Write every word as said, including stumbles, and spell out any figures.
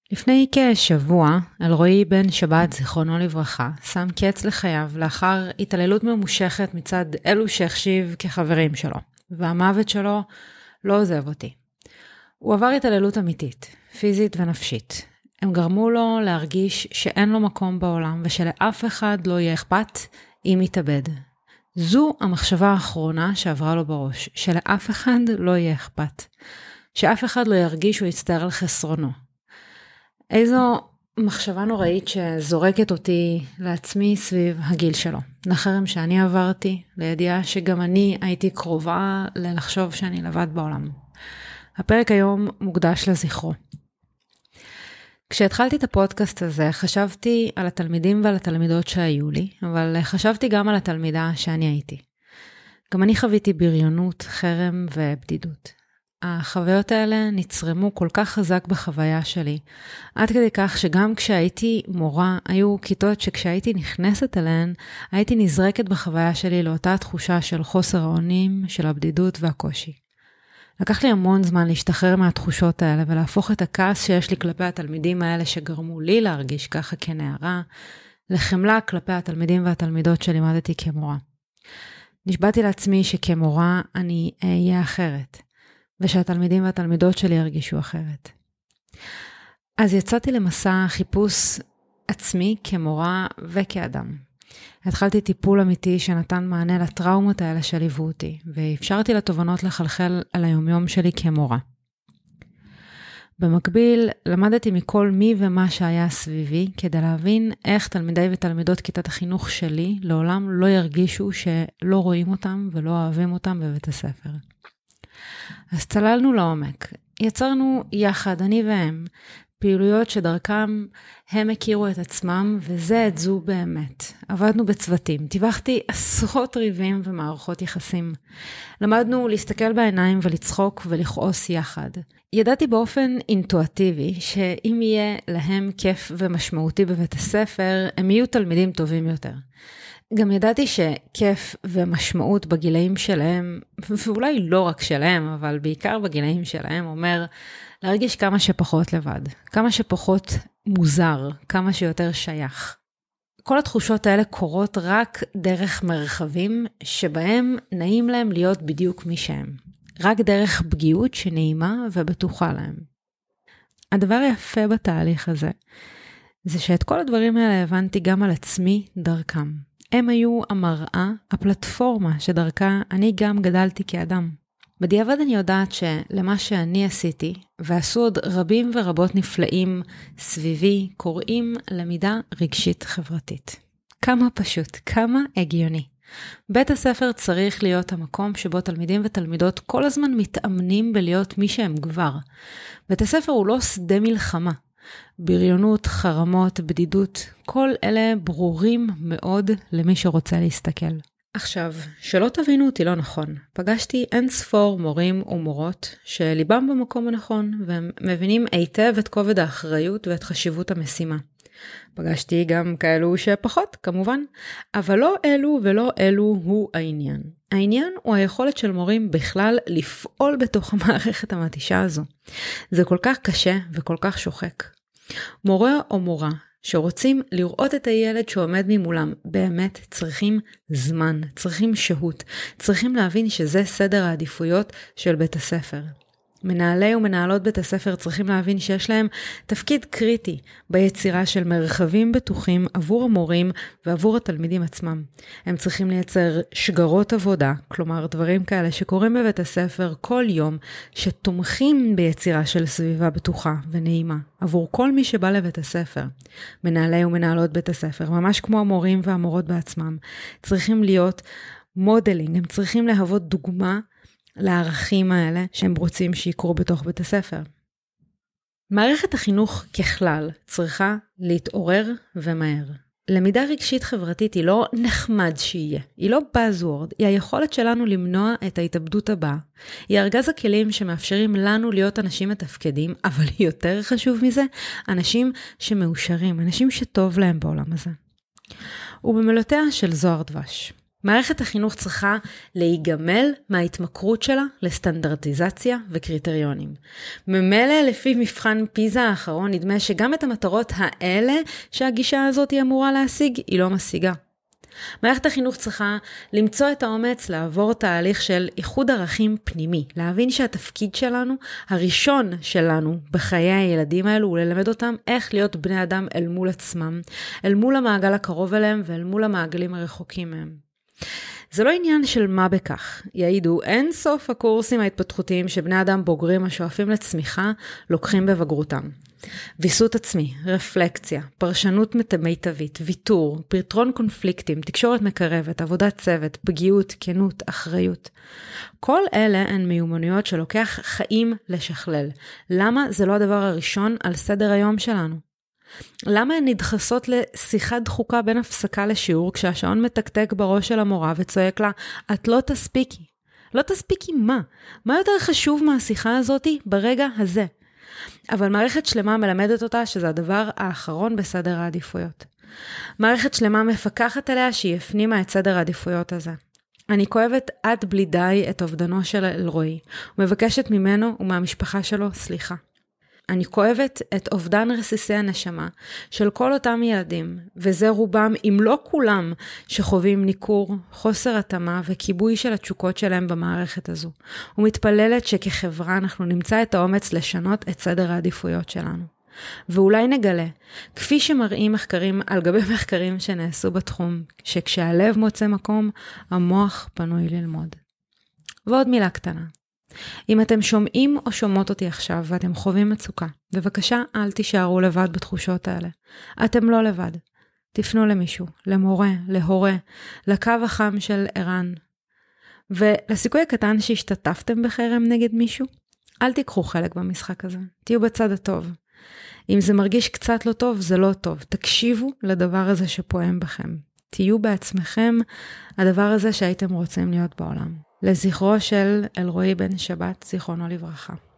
לפני כשבוע, אלרועי בן שבת, זיכרונו לברכה, שם קץ לחייו לאחר התעללות ממושכת מצד אלו שהחשיב כחברים שלו, והמוות שלו לא עוזב אותי. הוא עבר התעללות אמיתית, פיזית ונפשית. הם גרמו לו להרגיש שאין לו מקום בעולם ושלאף אחד לא יהיה אכפת אם יתאבד. זו המחשבה האחרונה שעברה לו בראש, שלאף אחד לא יהיה אכפת. שאף אחד לא ירגיש שהוא יצטער על חסרונו. איזו מחשבה נוראית שזורקת אותי לעצמי סביב הגיל שלו. לחרם שאני עברתי, לידיעה שגם אני הייתי קרובה ללחשוב שאני לבד בעולם. הפרק היום מוקדש לזכרו. כשהתחלתי את הפודקאסט הזה, חשבתי על התלמידים ועל התלמידות שהיו לי, אבל חשבתי גם על התלמידה שאני הייתי. גם אני חוויתי בריונות, חרם ובדידות. החוויות האלה נצרמו כל כך חזק בחוויה שלי, עד כדי כך שגם כשהייתי מורה, היו כיתות שכשהייתי נכנסת אליהן, הייתי נזרקת בחוויה שלי לאותה תחושה של חוסר האונים, של הבדידות והקושי. לקח לי המון זמן להשתחרר מהתחושות האלה, ולהפוך את הכעס שיש לי כלפי התלמידים האלה שגרמו לי להרגיש ככה כנערה, לחמלה כלפי התלמידים והתלמידות שלימדתי כמורה. נשבעתי לעצמי שכמורה אני אהיה אחרת. ושהתלמידים והתלמידות שלי ירגישו אחרת. אז יצאתי למסע חיפוש עצמי כמורה וכאדם. התחלתי טיפול אמיתי שנתן מענה לטראומות האלה שליוו אותי, ואפשרתי לתובנות לחלחל על היומיום שלי כמורה. במקביל, למדתי מכל מי ומה שהיה סביבי, כדי להבין איך תלמידי ותלמידות כיתת החינוך שלי לעולם לא ירגישו שלא רואים אותם ולא אוהבים אותם בבית הספר. אז צללנו לעומק, יצרנו יחד, אני והם, פעילויות שדרכם הם הכירו את עצמם, וזה את זו באמת. עבדנו בצוותים, טיווחתי עשרות ריבים ומערכות יחסים. למדנו להסתכל בעיניים ולצחוק ולכעוס יחד. ידעתי באופן אינטואטיבי שאם יהיה להם כיף ומשמעותי בבית הספר, הם יהיו תלמידים טובים יותר. גם ידעתי שכיף ומשמעות בגילאים שלהם, ואולי לא רק שלהם, אבל בעיקר בגילאים שלהם, אומר להרגיש כמה שפחות לבד, כמה שפחות מוזר, כמה שיותר שייך. כל התחושות האלה קורות רק דרך מרחבים שבהם נעים להם להיות בדיוק מי שהם. רק דרך פגיעות שנעימה ובטוחה להם. הדבר היפה בתהליך הזה, זה שאת כל הדברים האלה הבנתי גם על עצמי דרכם. הם היו המראה, הפלטפורמה שדרכה אני גם גדלתי כאדם. בדיעבד אני יודעת שלמה שאני עשיתי, ועשו עוד רבים ורבות נפלאים סביבי, קוראים למידה רגשית חברתית. כמה פשוט, כמה הגיוני. בית הספר צריך להיות המקום שבו תלמידים ותלמידות כל הזמן מתאמנים בלהיות מי שהם כבר. בית הספר הוא לא שדה מלחמה. בריונות, חרמות, בדידות, כל אלה ברורים מאוד למי שרוצה להסתכל. עכשיו, שלא תבינו אותי לא נכון, פגשתי אין ספור מורים ומורות שליבם במקום הנכון, והם מבינים היטב את כובד האחריות ואת חשיבות המשימה. פגשתי גם כאלו שפחות, כמובן, אבל לא אלו ולא אלו הוא העניין. העניין הוא היכולת של מורים בכלל לפעול בתוך המערכת המתישה הזו. זה כל כך קשה וכל כך שוחק. מורה או מורה שרוצים לראות את הילד שעומד ממולם, באמת צריכים זמן, צריכים שהות, צריכים להבין שזה סדר העדיפויות של בית הספר. מנהלי ומנהלות בית הספר צריכים להבין שיש להם תפקיד קריטי ביצירה של מרחבים בטוחים עבור המורים ועבור התלמידים עצמם. הם צריכים לייצר שגרות עבודה, כלומר דברים כאלה שקורים בבית הספר כל יום, שתומכים ביצירה של סביבה בטוחה ונעימה עבור כל מי שבא לבית הספר. מנהלי ומנהלות בית הספר, ממש כמו המורים והמורות בעצמם, צריכים להיות מודלינג, הם צריכים להוות דוגמה לערכים האלה שהם רוצים שיקרו בתוך בית הספר. מערכת החינוך ככלל צריכה להתעורר ומהר. למידה רגשית חברתית היא לא נחמד שיהיה, היא לא buzzword, היא היכולת שלנו למנוע את ההתאבדות הבאה. היא ארגז הכלים שמאפשרים לנו להיות אנשים מתפקדים, אבל יותר חשוב מזה, אנשים שמאושרים, אנשים שטוב להם בעולם הזה. ובמילותיה של זוהר דבש. מערכת החינוך צריכה להיגמל מההתמכרות שלה לסטנדרטיזציה וקריטריונים. ממילא לפי מבחן פיזה האחרון נדמה שגם את המטרות האלה שהגישה הזאת היא אמורה להשיג, היא לא משיגה. מערכת החינוך צריכה למצוא את האומץ לעבור תהליך של איחוד ערכים פנימי, להבין שהתפקיד שלנו, הראשון שלנו בחיי הילדים האלו, הוא ללמד אותם איך להיות בני אדם אל מול עצמם, אל מול המעגל הקרוב אליהם ואל מול המעגלים הרחוקים מהם. זה לא עניין של מה בכך, יעידו אין סוף הקורסים ההתפתחותיים שבני אדם בוגרים השואפים לצמיחה לוקחים בבגרותם. ויסות עצמי, רפלקציה, פרשנות מיטבית, ויתור, פתרון קונפליקטים, תקשורת מקרבת, עבודת צוות, פגיעות, כנות, אחריות. כל אלה הן מיומנויות שלוקח חיים לשכלל. למה זה לא הדבר הראשון על סדר היום שלנו? למה הן נדחסות לשיחה דחוקה בין הפסקה לשיעור כשהשעון מתקתק בראש של המורה וצועק לה, את לא תספיקי. לא תספיקי מה? מה יותר חשוב מהשיחה הזאת ברגע הזה? אבל מערכת שלמה מלמדת אותה שזה הדבר האחרון בסדר העדיפויות. מערכת שלמה מפקחת עליה שהיא הפנימה את סדר העדיפויות הזה. אני כואבת עד בלי די את אובדנו של אלרועי, ומבקשת ממנו ומהמשפחה שלו סליחה. אני כואבת את אובדן רסיסי הנשמה של כל אותם ילדים, וזה רובם, אם לא כולם, שחווים ניכור, חוסר התאמה וכיבוי של התשוקות שלהם במערכת הזו. ומתפללת שכחברה אנחנו נמצא את האומץ לשנות את סדר העדיפויות שלנו. ואולי נגלה, כפי שמראים מחקרים על גבי מחקרים שנעשו בתחום, שכשהלב מוצא מקום, המוח פנוי ללמוד. ועוד מילה קטנה. אם אתם שומעים או שומעות אותי עכשיו ואתם חווים מצוקה, בבקשה אל תישארו לבד בתחושות האלה. אתם לא לבד. תפנו למישהו, למורה, להורה, לקו החם של ערן. ולסיכוי הקטן שהשתתפתם בחרם נגד מישהו, אל תיקחו חלק במשחק הזה. תהיו בצד הטוב. אם זה מרגיש קצת לא טוב, זה לא טוב. תקשיבו לדבר הזה שפועם בכם. תהיו בעצמכם הדבר הזה שהייתם רוצים להיות בעולם. לזכרו של אלרועי בן שבת, זיכרונו לברכה.